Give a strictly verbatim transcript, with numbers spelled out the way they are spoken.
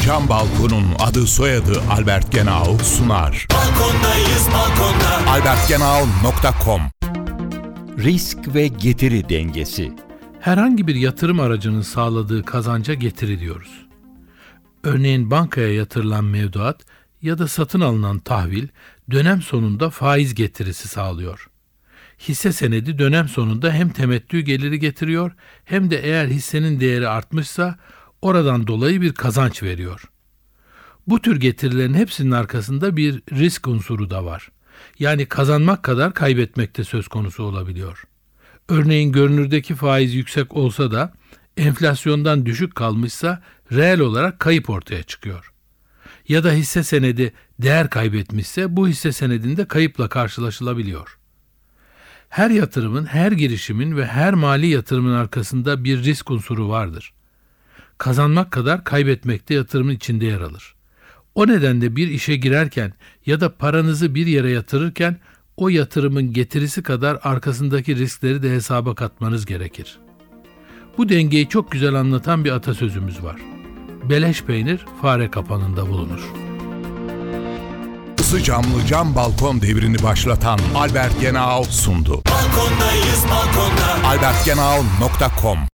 Cam Balkon'un adı soyadı Albert Genau sunar. Balkondayız balkonda. albert genau nokta com. Risk ve getiri dengesi. Herhangi bir yatırım aracının sağladığı kazanca getiri diyoruz. Örneğin bankaya yatırılan mevduat ya da satın alınan tahvil dönem sonunda faiz getirisi sağlıyor. Hisse senedi dönem sonunda hem temettü geliri getiriyor hem de eğer hissenin değeri artmışsa oradan dolayı bir kazanç veriyor. Bu tür getirilerin hepsinin arkasında bir risk unsuru da var. Yani kazanmak kadar kaybetmek de söz konusu olabiliyor. Örneğin görünürdeki faiz yüksek olsa da enflasyondan düşük kalmışsa reel olarak kayıp ortaya çıkıyor. Ya da hisse senedi değer kaybetmişse bu hisse senedinde kayıpla karşılaşılabiliyor. Her yatırımın, her girişimin ve her mali yatırımın arkasında bir risk unsuru vardır. Kazanmak kadar kaybetmek de yatırımın içinde yer alır. O nedenle bir işe girerken ya da paranızı bir yere yatırırken o yatırımın getirisi kadar arkasındaki riskleri de hesaba katmanız gerekir. Bu dengeyi çok güzel anlatan bir atasözümüz var. Beleş peynir fare kapanında bulunur. Isı camlı cam balkon devrini başlatan Albert Genau sundu. Balkondayız balkonda. albert genau nokta com